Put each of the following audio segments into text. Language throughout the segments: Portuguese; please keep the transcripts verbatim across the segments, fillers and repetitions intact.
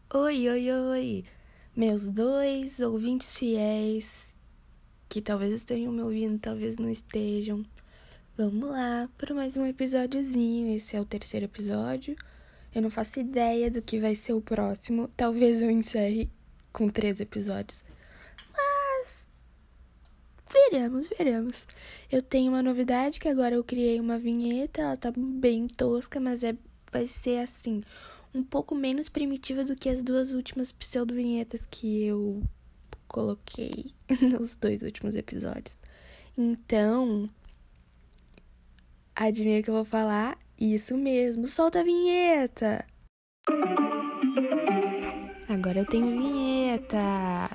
Oi, oi, oi, meus dois ouvintes fiéis, que talvez estejam me ouvindo, talvez não estejam. Vamos lá para mais um episódiozinho. Esse é o terceiro episódio. Eu não faço ideia do que vai ser o próximo. Talvez eu encerre com três episódios. Mas veremos, veremos. Eu tenho uma novidade que agora eu criei uma vinheta. Ela tá bem tosca, mas é, vai ser assim, um pouco menos primitiva do que as duas últimas pseudo-vinhetas que eu coloquei nos dois últimos episódios. Então, adivinha o que eu vou falar? Isso mesmo, solta a vinheta! Agora eu tenho vinheta!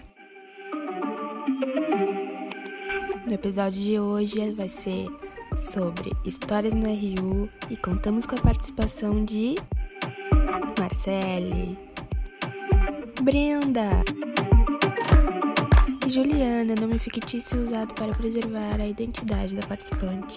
No episódio de hoje vai ser sobre histórias no R U e contamos com a participação de Marcele, Brenda e Juliana, nome fictício usado para preservar a identidade da participante.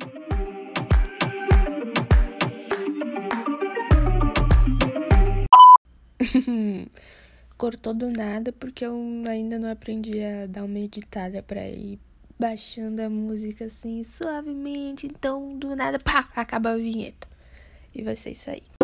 Cortou do nada porque eu ainda não aprendi a dar uma editada para ir baixando a música assim suavemente, então do nada, pá, acaba a vinheta. E vai ser isso aí.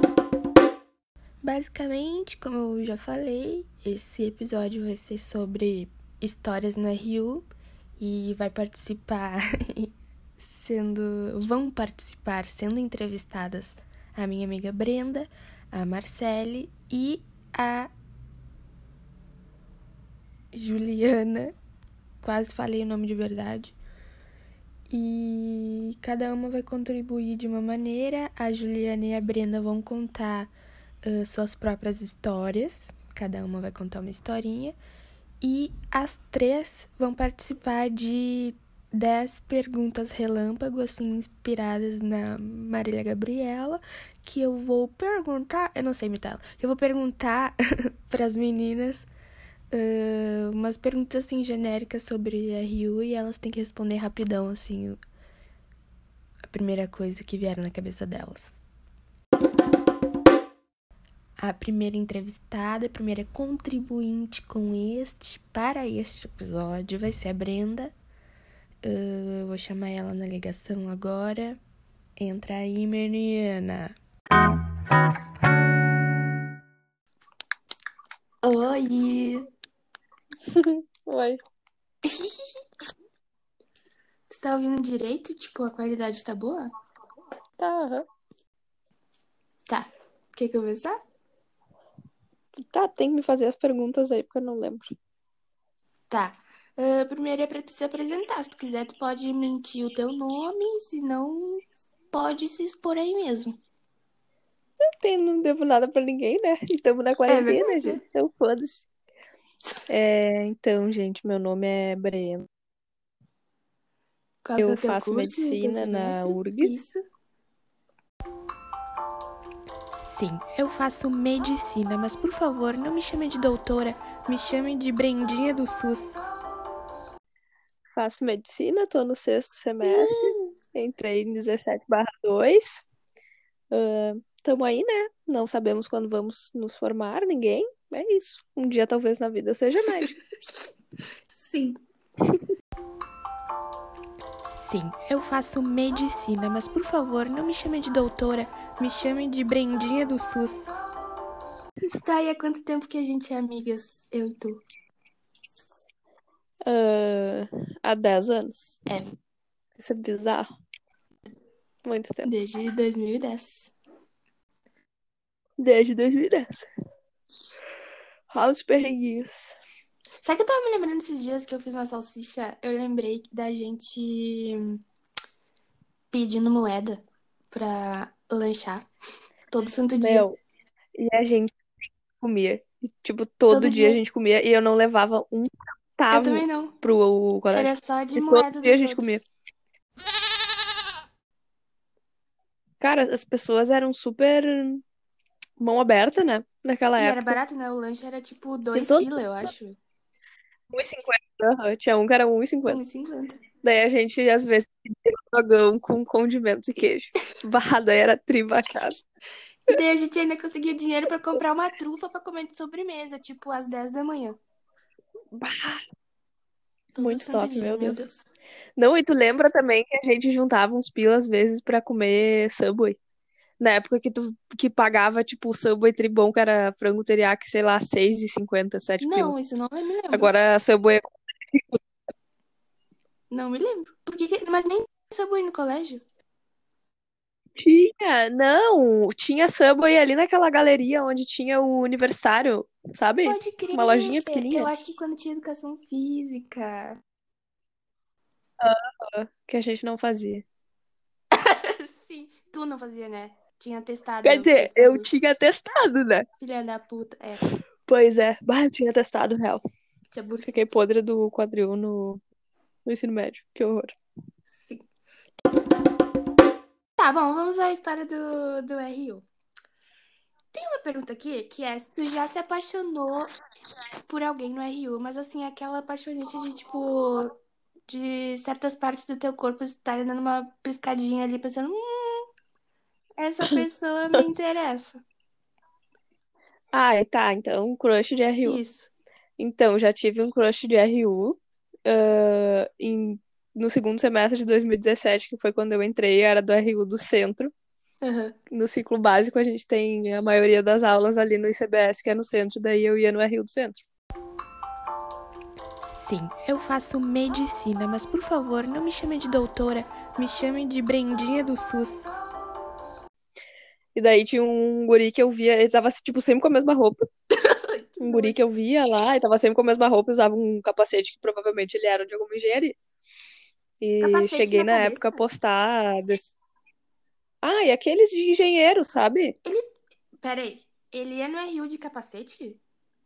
Basicamente, como eu já falei, esse episódio vai ser sobre histórias no R U e vai participar sendo, vão participar sendo entrevistadas a minha amiga Brenda, a Marcele e a Juliana. Quase falei o nome de verdade. E cada uma vai contribuir de uma maneira. A Juliana e a Brenda vão contar uh, suas próprias histórias. Cada uma vai contar uma historinha. E as três vão participar de dez perguntas relâmpago, assim, inspiradas na Marília Gabriela, que eu vou perguntar... Eu não sei imitar ela. Eu vou perguntar para as meninas uh, umas perguntas, assim, genéricas sobre R U e elas têm que responder rapidão, assim, a primeira coisa que vier na cabeça delas. A primeira entrevistada, a primeira contribuinte com este, para este episódio, vai ser a Brenda. Uh, vou chamar ela na ligação agora. Entra aí, menina. Oi! Oi. Tu tá ouvindo direito? Tipo, a qualidade tá boa? Tá, aham. Tá. Quer começar? Tá, tem que me fazer as perguntas aí, porque eu não lembro. Tá. Uh, primeiro é pra tu se apresentar. Se tu quiser, tu pode mentir o teu nome. Se não, pode se expor aí mesmo. Não, tem, não devo nada pra ninguém, né? Estamos na É quarentena, verdade, gente. né? Então, foda-se. É, então, gente, meu nome é Brenda. Qual que é Eu o teu faço curso e o teu medicina na semestre? U R G S. Isso. Sim, eu faço medicina, mas por favor, não me chame de doutora, me chame de Brendinha do SUS. Faço medicina, tô no sexto semestre. Entrei em dezessete barra dois. Uh, tamo aí, né? Não sabemos quando vamos nos formar, ninguém. É isso. Um dia, talvez, na vida eu seja médica. Sim. Sim, eu faço medicina, mas por favor, não me chame de doutora, me chame de Brendinha do SUS. Tá, e há quanto tempo que a gente é amigas, eu e tu? Uh, há dez anos. É, Isso é bizarro. Muito tempo. desde dois mil e dez. Desde dois mil e dez. Olha os perrenguinhos. Sabe que eu tava me lembrando esses dias que eu fiz uma salsicha? Eu lembrei da gente pedindo moeda pra lanchar todo santo dia. Meu, e a gente comia. E, tipo, todo Todo dia a dia. gente comia e eu não levava um Eu também centavo não. pro colégio. Era só de E todo moeda dia a dos gente comia. outros. Cara, as pessoas eram super mão aberta, né? Naquela E era época. barato, né? O lanche era tipo E dois todo pila, eu acho. um e cinquenta. Uhum. Tinha um que era um e cinquenta. um e cinquenta. Daí a gente, às vezes, pedia um dogão com condimentos e queijo. Barra, daí era tribacado. E daí a gente ainda conseguia dinheiro pra comprar uma trufa pra comer de sobremesa, tipo às dez da manhã. Bah, Todo muito santo top, dia, meu meu Deus. Deus. Não, e tu lembra também que a gente juntava uns pila às vezes pra comer Subway? Na época que tu que pagava, tipo, o Subway Tribom, que era frango teriyaki, sei lá, seis e cinquenta sete pila. Não, isso não me lembro. Agora a Subway Não me lembro. Por que que- Mas nem sabor no colégio. tinha, não, tinha Subway ali naquela galeria onde tinha o aniversário, sabe? Pode Uma crer. lojinha Eu pequenininha acho que quando tinha educação física. que a gente não fazia. Sim. Tu não fazia, né? Tinha testado, Quer eu tinha dizer, que eu fazer. tinha testado, né? Filha da puta. É, Pois é, bah, eu tinha testado, real. tinha Fiquei bursite. podre do quadril no, no ensino médio. Que horror. Sim. Tá bom, vamos à história do, do R U. Tem uma pergunta aqui que é se tu já se apaixonou por alguém no R U, mas assim, aquela apaixonite de tipo. De certas partes do teu corpo estarem dando uma piscadinha ali, pensando, hum, essa pessoa me interessa. Ah, tá. Então, um crush de R U. Isso. Então, já tive um crush de R U ah, em, no segundo semestre de dois mil e dezessete, que foi quando eu entrei, era do R U do centro. Aham. No ciclo básico, a gente tem a maioria das aulas ali no I C B S, que é no centro, daí eu ia no R U do centro. Sim, eu faço medicina, mas por favor, não me chame de doutora, me chame de Brendinha do SUS. E daí tinha um guri que eu via, ele tava, tipo, sempre com a mesma roupa. Ai, que Um guri que nojo. eu via lá, e tava sempre com a mesma roupa, e usava um capacete que provavelmente ele era de alguma engenharia. E Capacete cheguei na na época a cabeça? postar. Desse... Ah, e aqueles de engenheiro, sabe? Ele. Peraí, ele é no R U de capacete?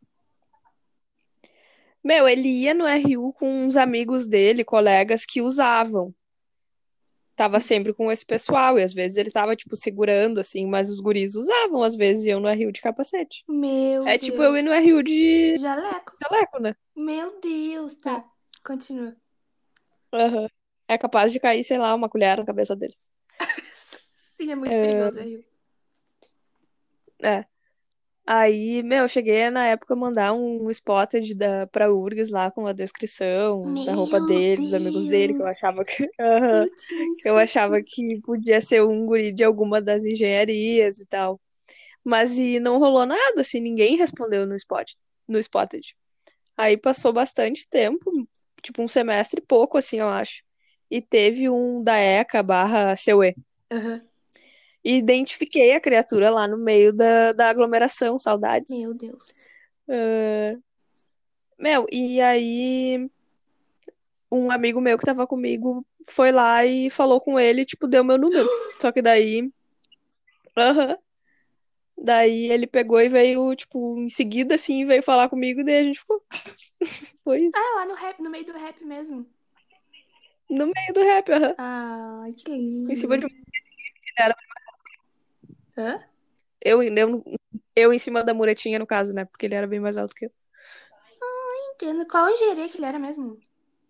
Meu, ele ia no R U com uns amigos dele, colegas que usavam. Tava sempre com esse pessoal, e às vezes ele tava, tipo, segurando, assim, mas os guris usavam, às vezes iam no R U de capacete. Meu É tipo eu ir no Deus. R U de Jaleco. jaleco, né? Meu Deus, É. tá. Continua. Aham. É capaz de cair, sei lá, uma colher na cabeça deles. Sim, é muito perigoso o R U. É. Aí, meu, eu cheguei na época a mandar um spotted da, pra URGS lá com a descrição da roupa Meu dele, dos amigos dele, que eu Deus. achava que, aham, Eu tinha que eu achava esquecido. que podia ser um guri de alguma das engenharias e tal. Mas e não rolou nada, assim, ninguém respondeu no spot, no spotted. Aí passou bastante tempo, tipo um semestre e pouco, assim, eu acho. E teve um da ECA barra CUE. Aham. E identifiquei a criatura lá no meio da, da aglomeração, saudades. Meu Deus. Ah, meu, e aí um amigo meu que tava comigo foi lá e falou com ele, tipo, deu meu número. Só que daí, aham, daí ele pegou e veio, tipo, em seguida, assim, veio falar comigo e daí a gente ficou. Foi isso. Ah, lá no rap, no meio do rap mesmo. No meio do rap, aham. Ai, que Em cima lindo. de um. Era Hã? eu, eu, eu em cima da muretinha, no caso, né? Porque ele era bem mais alto que eu. Entendo. Qual engenharia que ele era mesmo?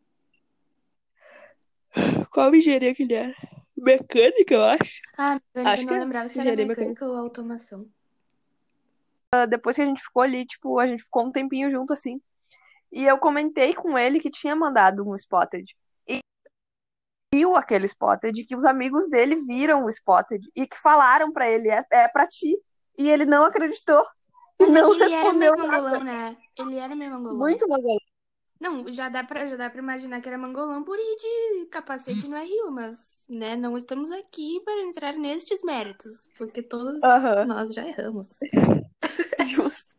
Qual engenharia que ele era? Mecânica, eu acho. Ah, mecânica, eu Acho que não é. lembrava se era Engenharia mecânica. mecânica ou automação. Depois que a gente ficou ali, tipo, a gente ficou um tempinho junto, assim. E eu comentei com ele que tinha mandado um spotted. E viu aquele spotted, que os amigos dele viram o spotted e que falaram pra ele, é, é pra ti. E ele não acreditou e Mas é que não ele era meio respondeu nada. mangolão, né? Ele era meio mangolão. Muito magoado. Não, já dá pra, já dá pra imaginar que era mangolão por ir de capacete no R U, mas, né, não estamos aqui para entrar nestes méritos, porque todos Aham, nós já erramos. justo.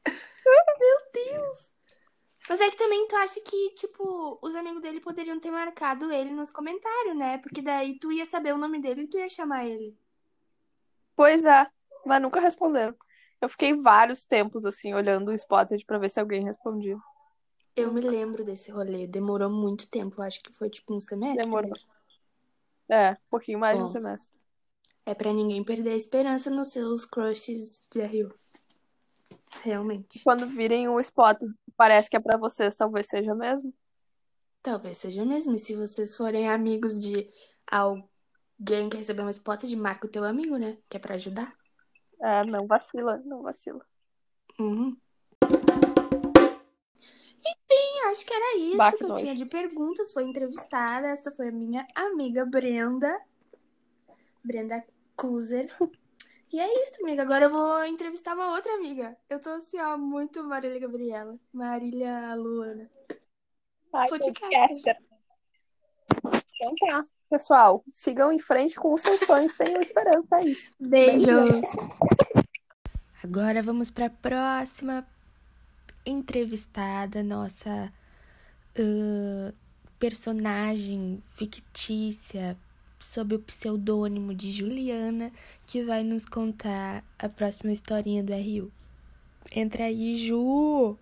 Mas é que também tu acha que, tipo, os amigos dele poderiam ter marcado ele nos comentários, né? Porque daí tu ia saber o nome dele e tu ia chamar ele. Pois é, mas nunca responderam. Eu fiquei vários tempos, assim, olhando o spotted pra ver se alguém respondia. Eu me Nunca. lembro desse rolê, demorou muito tempo, acho que foi tipo um semestre Demorou. mesmo. É, um pouquinho mais de um Bom, semestre. é pra ninguém perder a esperança nos seus crushes de R U. Realmente. Quando virem o spotted, parece que é pra vocês, talvez seja mesmo. Talvez seja mesmo. E se vocês forem amigos de alguém que recebeu um spot, de marca o teu amigo, né? Que é pra ajudar. Ah, não vacila, não vacila. Uhum. Enfim, acho que era isso Bah, que que eu nojo. tinha de perguntas. Foi entrevistada. Esta foi a minha amiga Brenda. Brenda Kuzer. E é isso, amiga. Agora eu vou entrevistar uma outra amiga. Eu tô assim, ó, muito Marília Gabriela. Marília Luana. Ai, Podcaster. podcaster. Então tá, pessoal, sigam em frente com os seus sonhos, tenham esperança, é isso. Beijos. Agora vamos para a próxima entrevistada, nossa uh, personagem fictícia sob o pseudônimo de Juliana, que vai nos contar a próxima historinha do R U. Entra aí, Ju!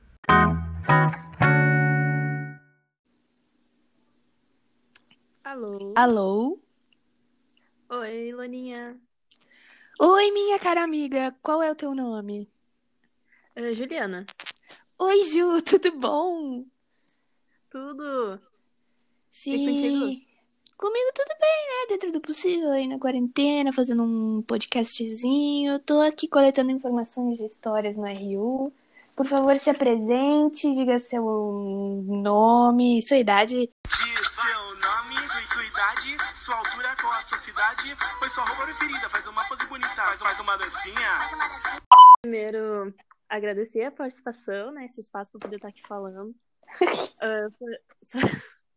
Alô? Alô? Oi, Loninha. Oi, minha cara amiga, qual é o teu nome? Uh, Juliana. Oi, Ju, tudo bom? Tudo? E contigo? Sim. Comigo tudo bem, né? Dentro do possível, aí na quarentena, fazendo um podcastzinho. Tô aqui coletando informações de histórias no R U. Por favor, se apresente, diga seu nome, sua idade. Diz seu nome, sua idade, sua altura, qual a sua cidade, foi sua roupa preferida, faz uma pose bonita, faz, faz uma dancinha. Primeiro, agradecer a participação, né? Esse espaço para poder estar aqui falando. Uh, sou- sou-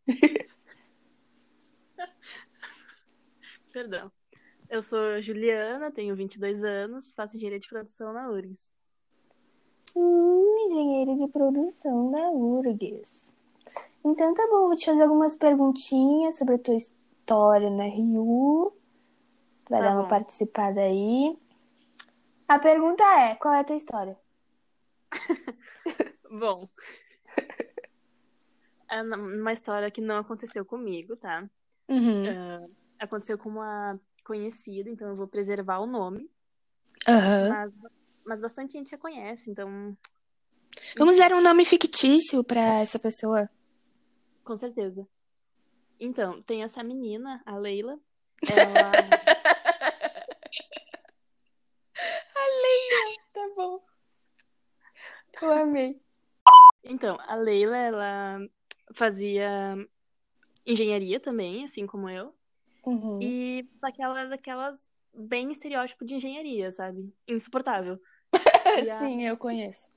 Perdão. Eu sou Juliana, tenho vinte e dois anos, faço engenharia de produção na U R G S. Hum, engenheiro de produção da U R G S. Então tá bom, vou te fazer algumas perguntinhas sobre a tua história no R U. Tu vai Tá dar uma bom. participada aí. A pergunta é, qual é a tua história? Bom, é uma história que não aconteceu comigo, tá? Uhum. Uh, aconteceu com uma conhecida, então eu vou preservar o nome. Aham. Mas, mas bastante gente a conhece, então, Vamos enfim, dar um nome fictício pra essa pessoa. com certeza. Então, tem essa menina, a Leila. Ela. Tá bom. Eu amei. Então, a Leila, ela fazia engenharia também, assim como eu. Uhum. E daquela, daquelas bem estereótipo de engenharia, sabe? Insuportável. E a Sim, eu conheço.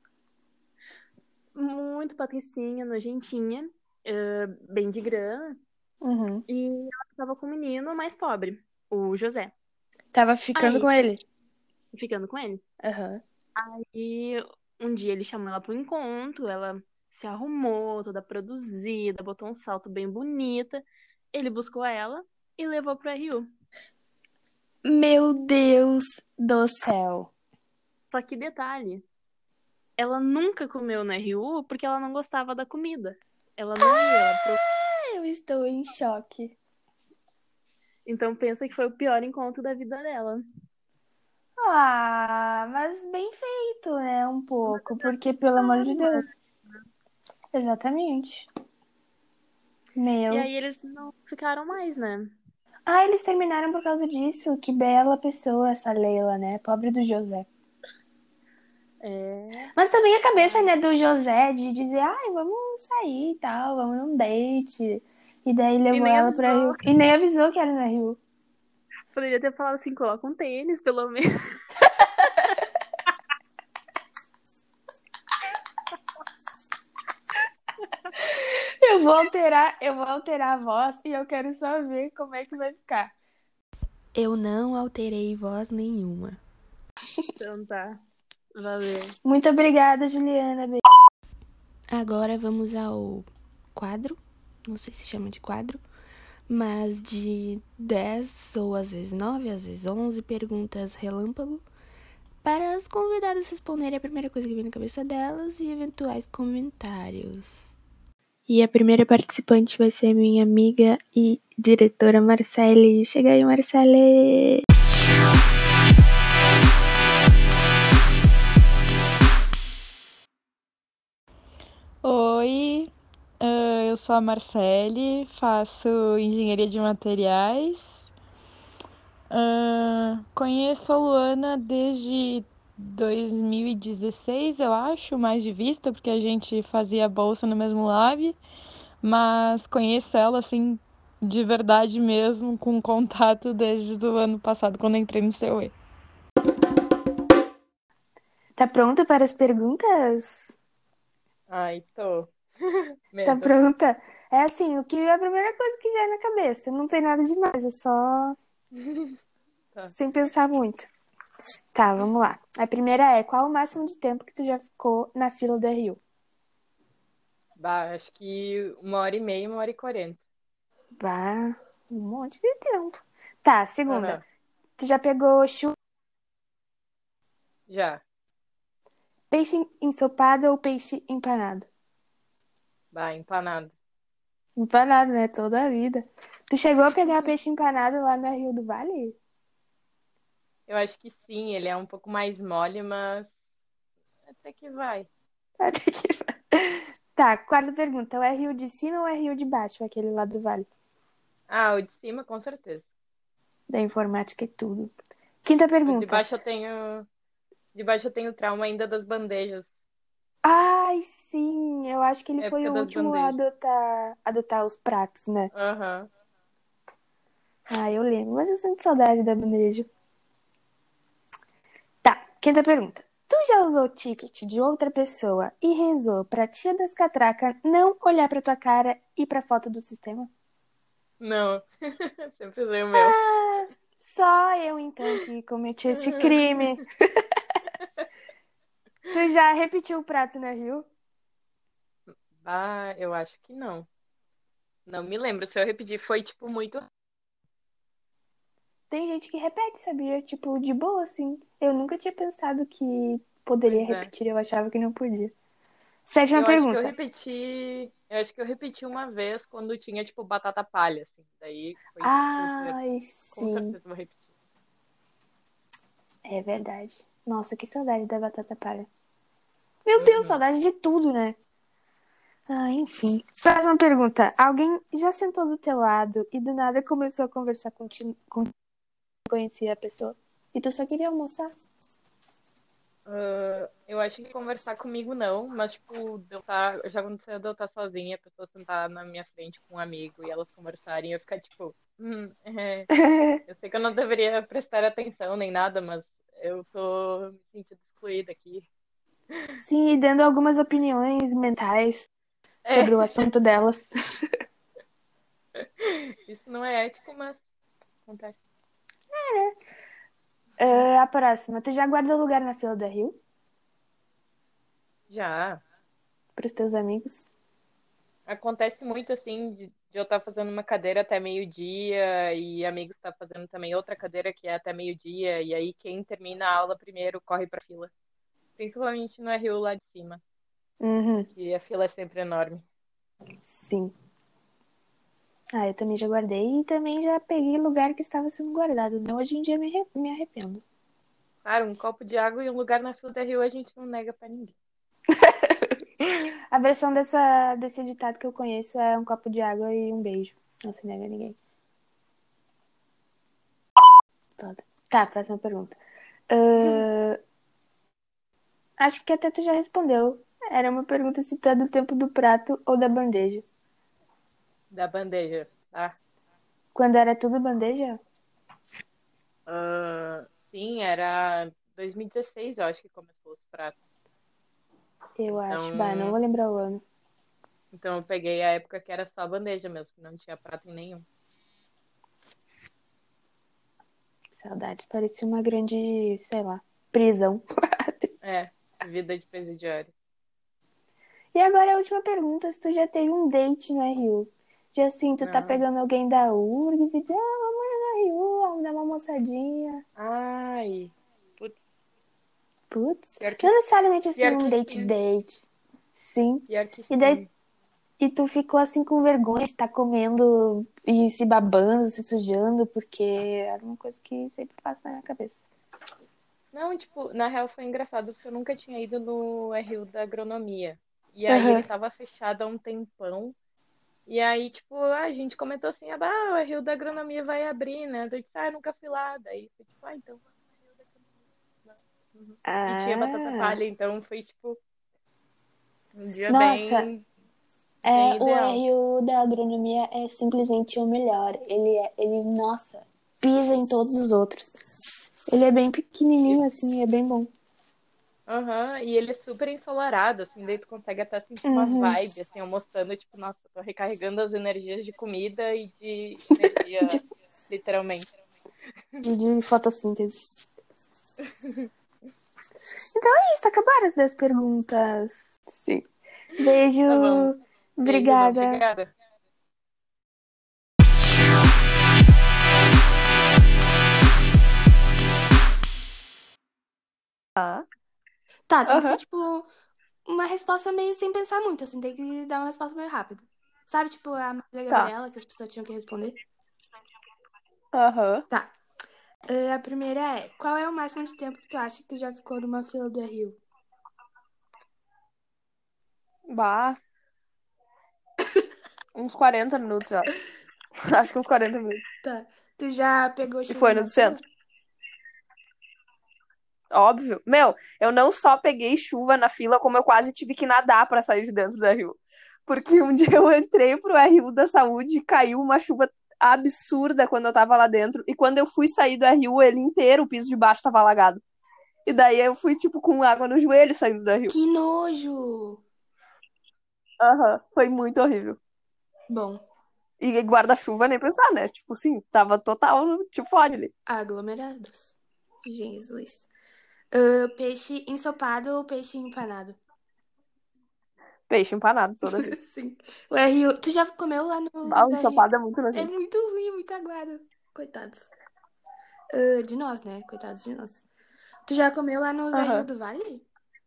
muito patricinha, nojentinha, eh, bem de grana. Uhum. E ela tava com um menino mais pobre, o José. Tava ficando Aí, com ele? ficando com ele. Aham. E um dia ele chamou ela pro encontro, ela se arrumou, toda produzida, botou um salto bem bonita. Ele buscou ela e levou pro R U. Meu Deus do céu. Só que detalhe, ela nunca comeu no R U porque ela não gostava da comida. Ela não ia, ela pro... Eu estou em choque. Então pensa que foi o pior encontro da vida dela. Ah, mas bem feito, né? Um pouco. Porque, pelo amor de Deus. Exatamente. E Meu. aí eles não ficaram mais, né? Ah, eles terminaram por causa disso. Que bela pessoa essa Leila, né? Pobre do José. É. Mas também a cabeça, né, do José de dizer, ai, vamos sair e tal, vamos num date. E daí E levou nem ela pra avisou. Rio. E nem avisou que era na Rio. Poderia ter falado assim, coloca um tênis, pelo menos. Eu vou alterar, eu vou alterar a voz e eu quero só ver como é que vai ficar. Eu não alterei voz nenhuma. Então tá. Valeu. Muito obrigada, Juliana. Agora vamos ao quadro. Não sei se chama de quadro. Mas de dez ou às vezes nove, às vezes onze perguntas relâmpago para as convidadas responderem a primeira coisa que vem na cabeça delas e eventuais comentários. E a primeira participante vai ser minha amiga e diretora Marcele. Chega aí, Marcele! Oi, ah, eu sou a Marcele, faço engenharia de materiais. Ah, conheço a Luana desde dois mil e dezesseis, eu acho, mais de vista, porque a gente fazia bolsa no mesmo lab, mas conheço ela, assim, de verdade mesmo, com contato desde o ano passado, quando entrei no C E U. Tá pronta para as perguntas? Ai, tô. Tá Medo. pronta? É assim, o que é a primeira coisa que vem na cabeça. Não tem nada demais, é só Tá. sem pensar muito. Tá, vamos lá. A primeira é, qual o máximo de tempo que tu já ficou na fila do R U? Bah, acho que uma hora e meia, uma hora e quarenta. Bah, um monte de tempo. Tá, segunda. Aham, Tu já pegou chu... já. peixe ensopado ou peixe empanado? Bah, empanado. Empanado, né? Toda a vida. Tu chegou a pegar peixe empanado lá na Rio do Vale? Eu acho que sim, ele é um pouco mais mole, mas até que vai. Até que vai. Tá, quarta pergunta. O R U de cima ou o R U de baixo? Aquele lá do Vale. Ah, o de cima, com certeza. Da informática é tudo. Quinta O de pergunta. baixo eu tenho. De baixo eu tenho trauma ainda das bandejas. Ai, sim, eu acho que ele foi Época o das último a bandejas. adotar, adotar os pratos, né? Aham. Ah, eu lembro, mas eu sinto saudade da bandeja. Tá, quinta pergunta. Tu já usou o ticket de outra pessoa e rezou pra tia das catracas não olhar pra tua cara e pra foto do sistema? Não. Sempre usei o meu. Só eu, então, que cometi este crime. Tu já repetiu o prato na Rio? Ah, eu acho que não. Não me lembro. Se eu repetir, foi tipo muito. Tem gente que repete, sabia? Tipo, de boa, assim. Eu nunca tinha pensado que poderia Pois é. repetir, eu achava que não podia. Sétima Eu acho que eu pergunta. repeti. Eu acho que eu repeti uma vez quando tinha, tipo, batata palha, assim. Daí foi super. Ai, Com sim, certeza vou repetir. é verdade. Nossa, que saudade da batata palha. Meu Deus, Uhum. saudade de tudo, né? Ah, enfim. Próxima pergunta. Alguém já sentou do teu lado e do nada começou a conversar contigo, com conhecia a pessoa e tu só queria almoçar? Ah, eu acho que conversar comigo não, mas, tipo, de eu tá, já aconteceu de eu estar sozinha, a pessoa sentar na minha frente com um amigo e elas conversarem, e eu ficar, tipo, hum, é, eu sei que eu não deveria prestar atenção nem nada, mas eu tô me sentindo excluída aqui. Sim, e dando algumas opiniões mentais É, sobre o assunto delas. isso não é ético, mas acontece. Ah, a próxima. Tu já guardou lugar na fila do R U Já. pros teus amigos? Acontece muito assim de, de eu estar fazendo uma cadeira até meio-dia e amigos estar fazendo também outra cadeira que é até meio-dia, e aí quem termina a aula primeiro corre pra fila. Principalmente no R U lá de cima, Uhum, que a fila é sempre enorme. sim. Ah, eu também já guardei e também já peguei lugar que estava sendo guardado, né? Hoje em dia me, arre- me arrependo. Claro, um copo de água e um lugar na fila do R U a gente não nega pra ninguém. A versão dessa, desse ditado que eu conheço é um copo de água e um beijo. Não se nega a ninguém. Foda. Tá, próxima pergunta. Ah, acho que até tu já respondeu. Era uma pergunta se tu é do tempo do prato ou da bandeja. Da bandeja, tá? Quando era tudo bandeja? Ah, sim, era dois mil e dezesseis, eu acho que começou os pratos. Eu acho. Bah, não Então, vou lembrar o ano. então eu peguei a época que era só bandeja mesmo, que não tinha prato em nenhum. Saudades. Parecia uma grande, sei lá, prisão. É, vida de presidiário. E agora a última pergunta, se tu já teve um date no R U. Já assim, tu tá Não. pegando alguém da U R G S e diz, ah, vamos no R U, vamos dar uma almoçadinha. Ai, putz, Putz, pior que, não necessariamente assim pior um que date sim, date. Sim. pior que E daí sim. e tu ficou assim com vergonha de estar comendo e se babando, se sujando, porque era uma coisa que sempre passa na minha cabeça. Não, tipo, na real foi engraçado porque eu nunca tinha ido no R U da agronomia. E aí ele Aham. tava fechado há um tempão. E aí, tipo, a gente comentou assim, ah, bah, o R U da agronomia vai abrir, né? Eu disse, ah, eu nunca fui lá. Daí foi tipo, ah, então vamos no R U da agronomia. Uhum. E tinha batata Ah, palha, então foi tipo um dia nossa, bem, é, bem o ideal. R U da agronomia é simplesmente o melhor. Ele é, ele, nossa, pisa em todos os outros. Ele é bem E, pequenininho assim, é bem bom. uhum, e ele é super ensolarado, assim, daí tu consegue até sentir uma Uhum. vibe, assim, almoçando, tipo, nossa, tô recarregando as energias de comida e de energia, De, literalmente. de fotossíntese. Então é isso, acabaram as dez perguntas. Sim. Beijo. Tá bom. Beijo, Ana, Obrigada. obrigada. Tá. Tá, tem que ser Aham. tipo uma resposta meio sem pensar muito, assim, tem que dar uma resposta meio rápida. Sabe, tipo, a Maria Tá. Gabriela, que as pessoas tinham que responder? Aham. Tá. Ah, a primeira é: qual é o máximo de tempo que tu acha que tu já ficou numa fila do R U? Bah, uns quarenta minutos, ó. Acho que uns quarenta minutos. Tá. Tu já pegou E chuva foi no na do fila? centro. Óbvio. Meu, eu não só peguei chuva na fila, como eu quase tive que nadar pra sair de dentro do R U. Porque um dia eu entrei pro R U da saúde e caiu uma chuva absurda quando eu tava lá dentro. E quando eu fui sair do R U, ele inteiro, o piso de baixo tava alagado. E daí eu fui, tipo, com água no joelho saindo do R U. Que nojo! Aham, foi muito horrível. Bom, E guarda-chuva nem pensar, né? Tipo assim, tava total, tipo, fora ali. aglomerados. Jesus. Ah, peixe ensopado ou peixe empanado? Peixe empanado toda vida. Sim. O R U. Tu já comeu lá Ah, nos o R U? ensopado é muito É nojento. muito ruim, muito aguado. Coitados. Ah, de nós, né? Coitados de nós. Tu já comeu lá nos R U Aham. do Vale?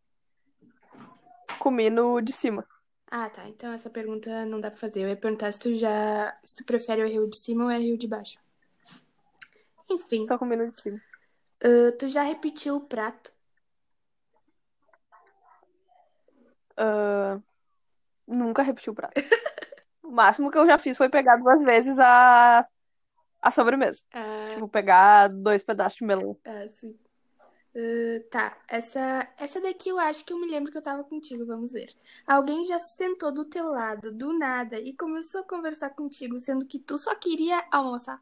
Comi no de cima. Ah, tá. Então essa pergunta não dá pra fazer. Eu ia perguntar se tu já. Se tu prefere o R U de cima ou o R U de baixo. Enfim. Só comi no de cima. Ah, tu já repetiu o prato? Ah, nunca repeti o prato. O máximo que eu já fiz foi pegar duas vezes a, a sobremesa. Ah, Tipo, pegar dois pedaços de melão. ah, sim. Ah, tá. Essa, essa daqui eu acho que eu me lembro que eu tava contigo. Vamos ver. Alguém já se sentou do teu lado, do nada, e começou a conversar contigo, sendo que tu só queria almoçar?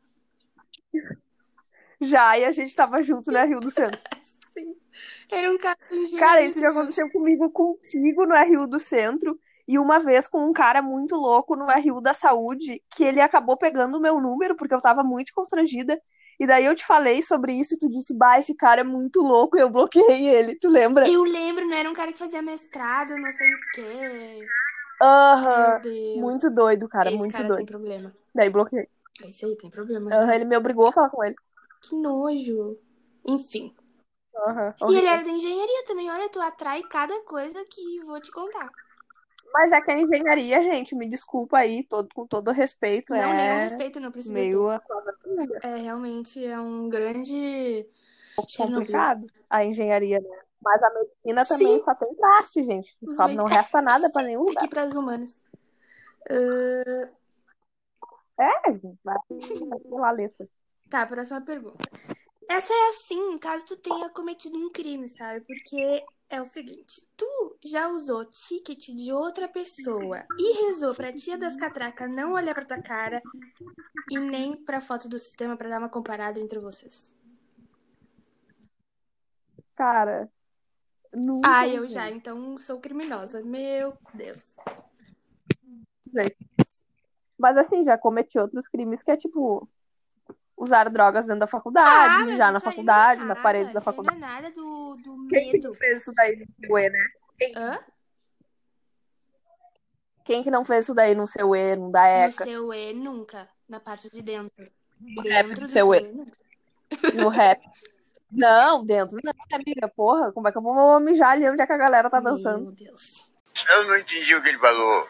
Já, e a gente tava junto na Rio do Centro. Sim. Era um caso de Cara, engenharia isso já química. aconteceu comigo contigo no R U do Centro. E uma vez com um cara muito louco no R U da Saúde, que ele acabou pegando o meu número, porque eu tava muito constrangida. E daí eu te falei sobre isso e tu disse, bah, esse cara é muito louco, e eu bloqueei ele, tu lembra? Eu lembro, não era um cara que fazia mestrado, não sei o quê. Meu Aham. Deus. Muito doido, cara, Esse muito cara tem doido. problema. Daí bloqueei. Esse aí tem problema, Aham, real. ele me obrigou a falar com ele. Que nojo. Enfim. Aham, E ele era horrível. da engenharia também. Olha, tu atrai cada coisa que vou te contar. Mas é que a engenharia, gente, me desculpa aí, todo, com todo respeito, Não, nenhum é respeito não precisa meio ter. a coisa tudo. É, realmente é um grande Chernobyl. Complicado a engenharia, né? Mas a medicina também Sim, só tem traste, gente. os Só med... não resta nada pra Sim, nenhum tem que lugar. ir para as humanas. Ah, É, gente, vai, vai ter lá letra. tá, próxima pergunta. Essa é assim, caso tu tenha cometido um crime, sabe? Porque é o seguinte, tu já usou ticket de outra pessoa e rezou pra tia das catracas não olhar pra tua cara e nem pra foto do sistema pra dar uma comparada entre vocês. Cara, Ah, nunca eu já, usei. então sou criminosa. Meu Deus. Usei. Mas assim, já cometi outros crimes que é tipo usar drogas dentro da faculdade, Ah, mas mijar na isso aí não é faculdade, na parede nada. da Isso aí não é faculdade. nada do, do Quem que não medo. fez isso daí no seu E, né? Quem, Hã? quem que não fez isso daí no seu E, no da No ECA, seu E, nunca. Na parte de dentro. no rap do Dentro do seu seu E, E, nunca. no rap? Não, dentro não, né, amiga? Porra, como é que eu vou mijar ali onde é que a galera tá dançando? Meu Deus. Eu não entendi o que ele falou.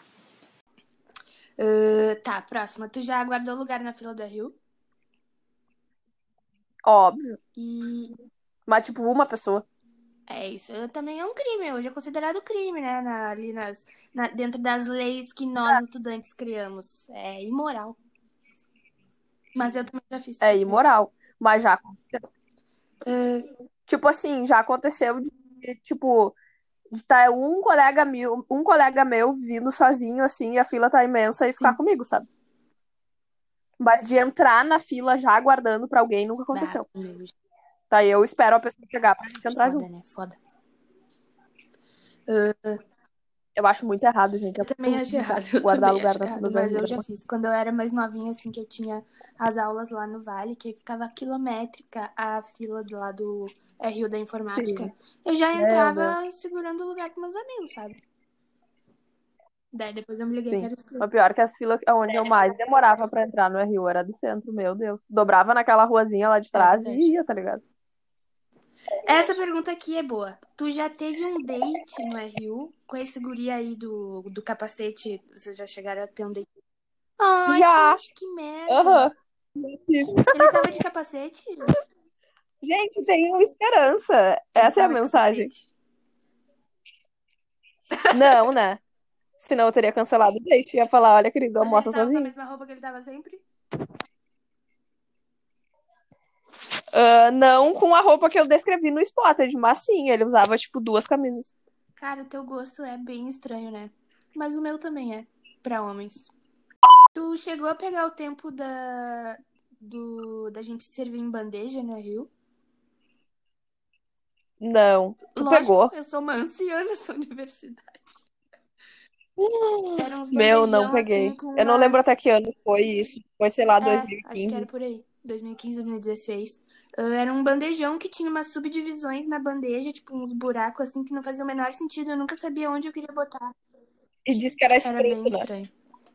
Ah, tá, próxima. Tu já aguardou lugar na fila do R U? Óbvio. E. Mas, tipo, uma pessoa. É, isso também é um crime. Hoje é considerado crime, né? Na, ali nas, na- dentro das leis que nós, estudantes, criamos. É imoral. Mas eu também já fiz. É imoral. Mas já, É, tipo assim, já aconteceu de, tipo, de estar um colega meu, um colega meu vindo sozinho, assim, e a fila tá imensa e ficar sim. comigo, sabe? Mas de entrar na fila já aguardando pra alguém nunca Bah, aconteceu. meu, Daí eu espero a pessoa chegar pra gente entrar foda, junto. né? Foda. Eu acho muito errado, gente. É Eu também muito acho ruim, errado, cara, eu guardar também lugar acho na errado, fila da mas eu vida. já fiz. Quando eu era mais novinha, assim, que eu tinha as aulas lá no Vale, que ficava quilométrica a fila do lado R U da informática, Sim. eu já Meu Deus. entrava segurando o lugar com meus amigos, sabe? Daí depois eu me liguei que Sim. era excluído. O pior é que as filas onde eu mais demorava pra entrar no R U era do centro, meu Deus. Dobrava naquela ruazinha lá de É trás e verdade. ia, tá ligado? Essa pergunta aqui é boa. Tu já teve um date no R U com esse guri aí do, do capacete? Vocês já chegaram a ter um date? Ai, Já. que merda. Aham. Ele tava de capacete? Gente, tenho esperança. Ele Essa é a tava de mensagem. capacete. Não, né? Senão eu teria cancelado o date. Ia falar, olha, querido, Mas ele almoça tava com a sozinho. mesma roupa que ele tava sempre? Ah, não com a roupa que eu descrevi no Spotted, mas sim, ele usava, tipo, duas camisas. Cara, o teu gosto é bem estranho, né? Mas o meu também é, pra homens. Tu chegou a pegar o tempo da, do, da gente servir em bandeja no Rio? Não. Tu Lógico, pegou? eu sou uma anciã nessa universidade. Eram uns Meu, não bandejão assim peguei. com Eu não lembro umas. até que ano foi isso. Foi, sei lá, É, acho que era dois mil e quinze. por aí. dois mil e quinze, dois mil e dezesseis. Ah, era um bandejão que tinha umas subdivisões na bandeja, tipo uns buracos assim que não fazia o menor sentido. Eu nunca sabia onde eu queria botar. E disse que era Era bem escroto, né? estranho.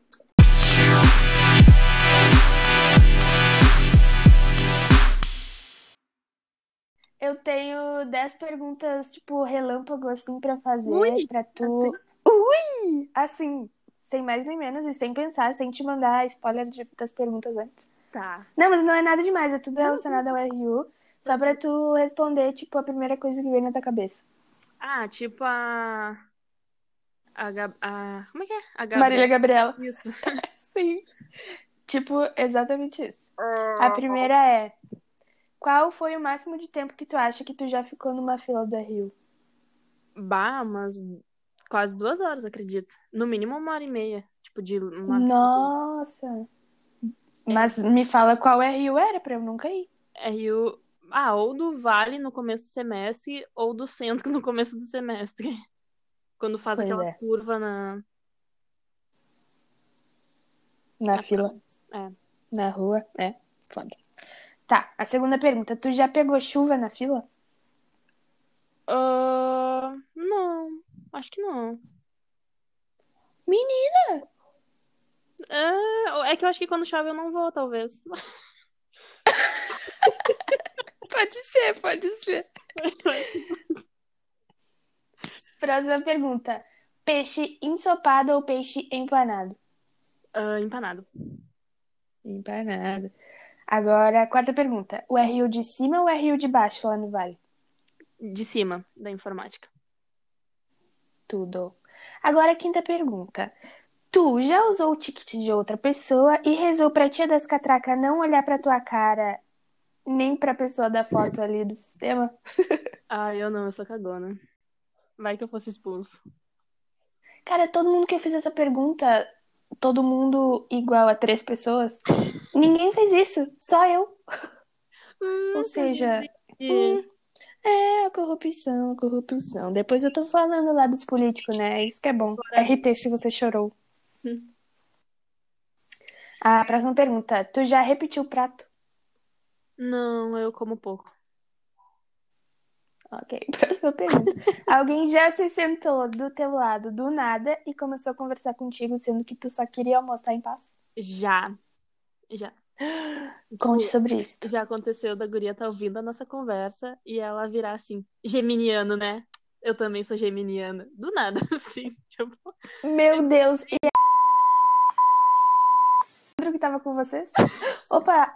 Eu tenho dez perguntas, tipo, relâmpago, assim, pra fazer, Ui! pra tu. Ui! Assim, sem mais nem menos e sem pensar, sem te mandar spoiler de- das perguntas antes. Tá. Não, mas não é nada demais, é tudo Não, relacionado sim, ao R U, só pra tu responder, tipo, a primeira coisa que vem na tua cabeça. Ah, tipo a. A, Gab... a... Como é que é? A Marília Gabriela. Gabriela. Isso. Sim. Tipo, exatamente isso. A primeira é: qual foi o máximo de tempo que tu acha que tu já ficou numa fila do R U? Bah, mas quase duas horas, acredito. No mínimo uma hora e meia. Tipo, de uma. Nossa! Mas me fala qual R U era pra eu nunca ir. R U. Ah, ou do Vale no começo do semestre, ou do Centro no começo do semestre. Quando faz Pois aquelas é. curvas na. Na na fila. prova. É. Na rua. É, foda. Tá, a segunda pergunta. Tu já pegou chuva na fila? Ah, não, acho que não. Menina! Ah, é que eu acho que quando chove eu não vou, talvez. Pode ser, pode ser. Próxima pergunta. Peixe ensopado ou peixe empanado? Ah, empanado. Empanado. Agora, quarta pergunta. O R U de cima ou o R U de baixo lá no Vale? De cima, da informática. Tudo. Agora, quinta pergunta. Tu já usou o ticket de outra pessoa e rezou pra tia das catracas não olhar pra tua cara nem pra pessoa da foto ali do sistema? Ah, eu não, eu sou cagona. Vai que eu fosse expulso. Cara, todo mundo que eu fiz essa pergunta, todo mundo igual a três pessoas, ninguém fez isso, só eu. Ou Hum, seja, hum, é a corrupção, a corrupção. Depois eu tô falando lá dos políticos, né? Isso que é bom. R T se você chorou. Hum. A próxima pergunta. Tu já repetiu o prato? Não, eu como pouco. Ok, próxima pergunta. Alguém já se sentou do teu lado do nada e começou a conversar contigo, sendo que tu só queria almoçar em paz? Já, já. Conte Tipo, sobre isso. já aconteceu da guria tá ouvindo a nossa conversa e ela virar assim, geminiano, né? Eu também sou geminiana. Do nada, assim. Tipo, Meu Deus, e é o Pedro que tava com vocês? Opa!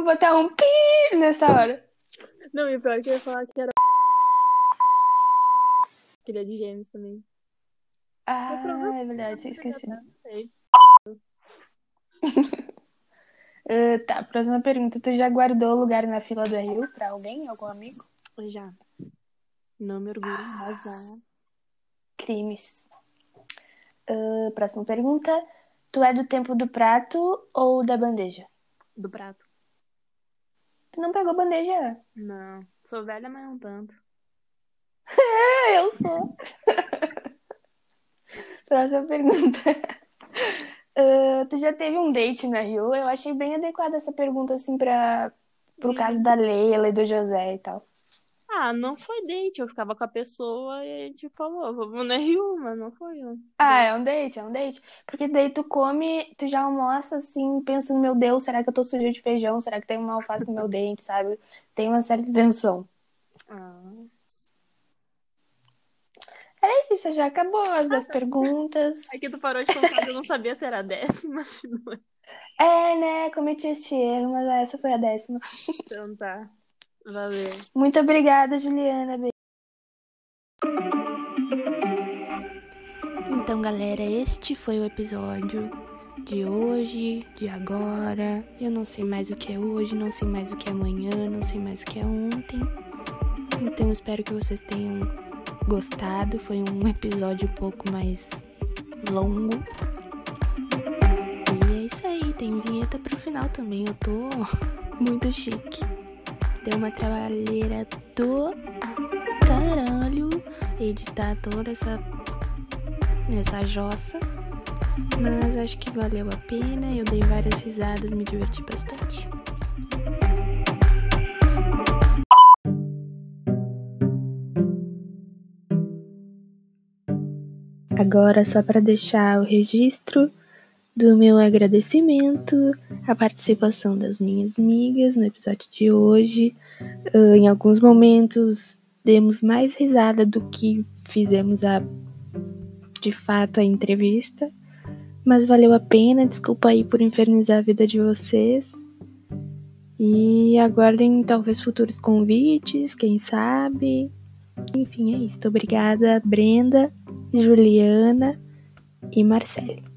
botar um pi nessa hora. Não, e o pior é que eu ia falar que era. Que ele é de Gêmeos também. Ah, Mas provavelmente é verdade, não esqueci. não sei. Uh, tá, próxima pergunta. Tu já guardou lugar na fila do R U pra alguém, algum amigo? Já. Não me orgulho, mas já. Crimes. Uh, próxima pergunta. Tu é do tempo do prato ou da bandeja? Do prato. Tu não pegou bandeja? Não. Sou velha, mas não tanto. É, eu sou. Próxima pergunta. Uh, tu já teve um date no R U? Eu achei bem adequada essa pergunta, assim, pra, pro caso da Leila e do José e tal. Ah, não foi date. Eu ficava com a pessoa e a gente falou, vamos no R U, mas não foi um. Ah, é um date, é um date. Porque daí tu come, tu já almoça assim, pensando, meu Deus, será que eu tô suja de feijão? Será que tem uma alface no meu dente, sabe? Tem uma certa tensão. Ah. É isso, já acabou as das perguntas. Aqui tu parou de contar, eu não sabia se era a décima, se não é. É, né? Cometi este erro, mas essa foi a décima. Então tá. Valeu. Muito obrigada, Juliana. Então, galera, este foi o episódio de hoje, de agora. Eu não sei mais o que é hoje, não sei mais o que é amanhã, não sei mais o que é ontem. Então, espero que vocês tenham gostado. Foi um episódio um pouco mais longo. E é isso aí, tem vinheta pro final também. Eu tô muito chique. Deu uma trabalheira do caralho editar toda essa, essa jossa. Mas acho que valeu a pena. Eu dei várias risadas, me diverti bastante. Agora, só para deixar o registro do meu agradecimento à participação das minhas amigas no episódio de hoje. Uh, em alguns momentos demos mais risada do que fizemos a, de fato a entrevista, mas valeu a pena. Desculpa aí por infernizar a vida de vocês. E aguardem talvez futuros convites, quem sabe. Enfim, é isso. Obrigada, Brenda, Juliana e Marcele.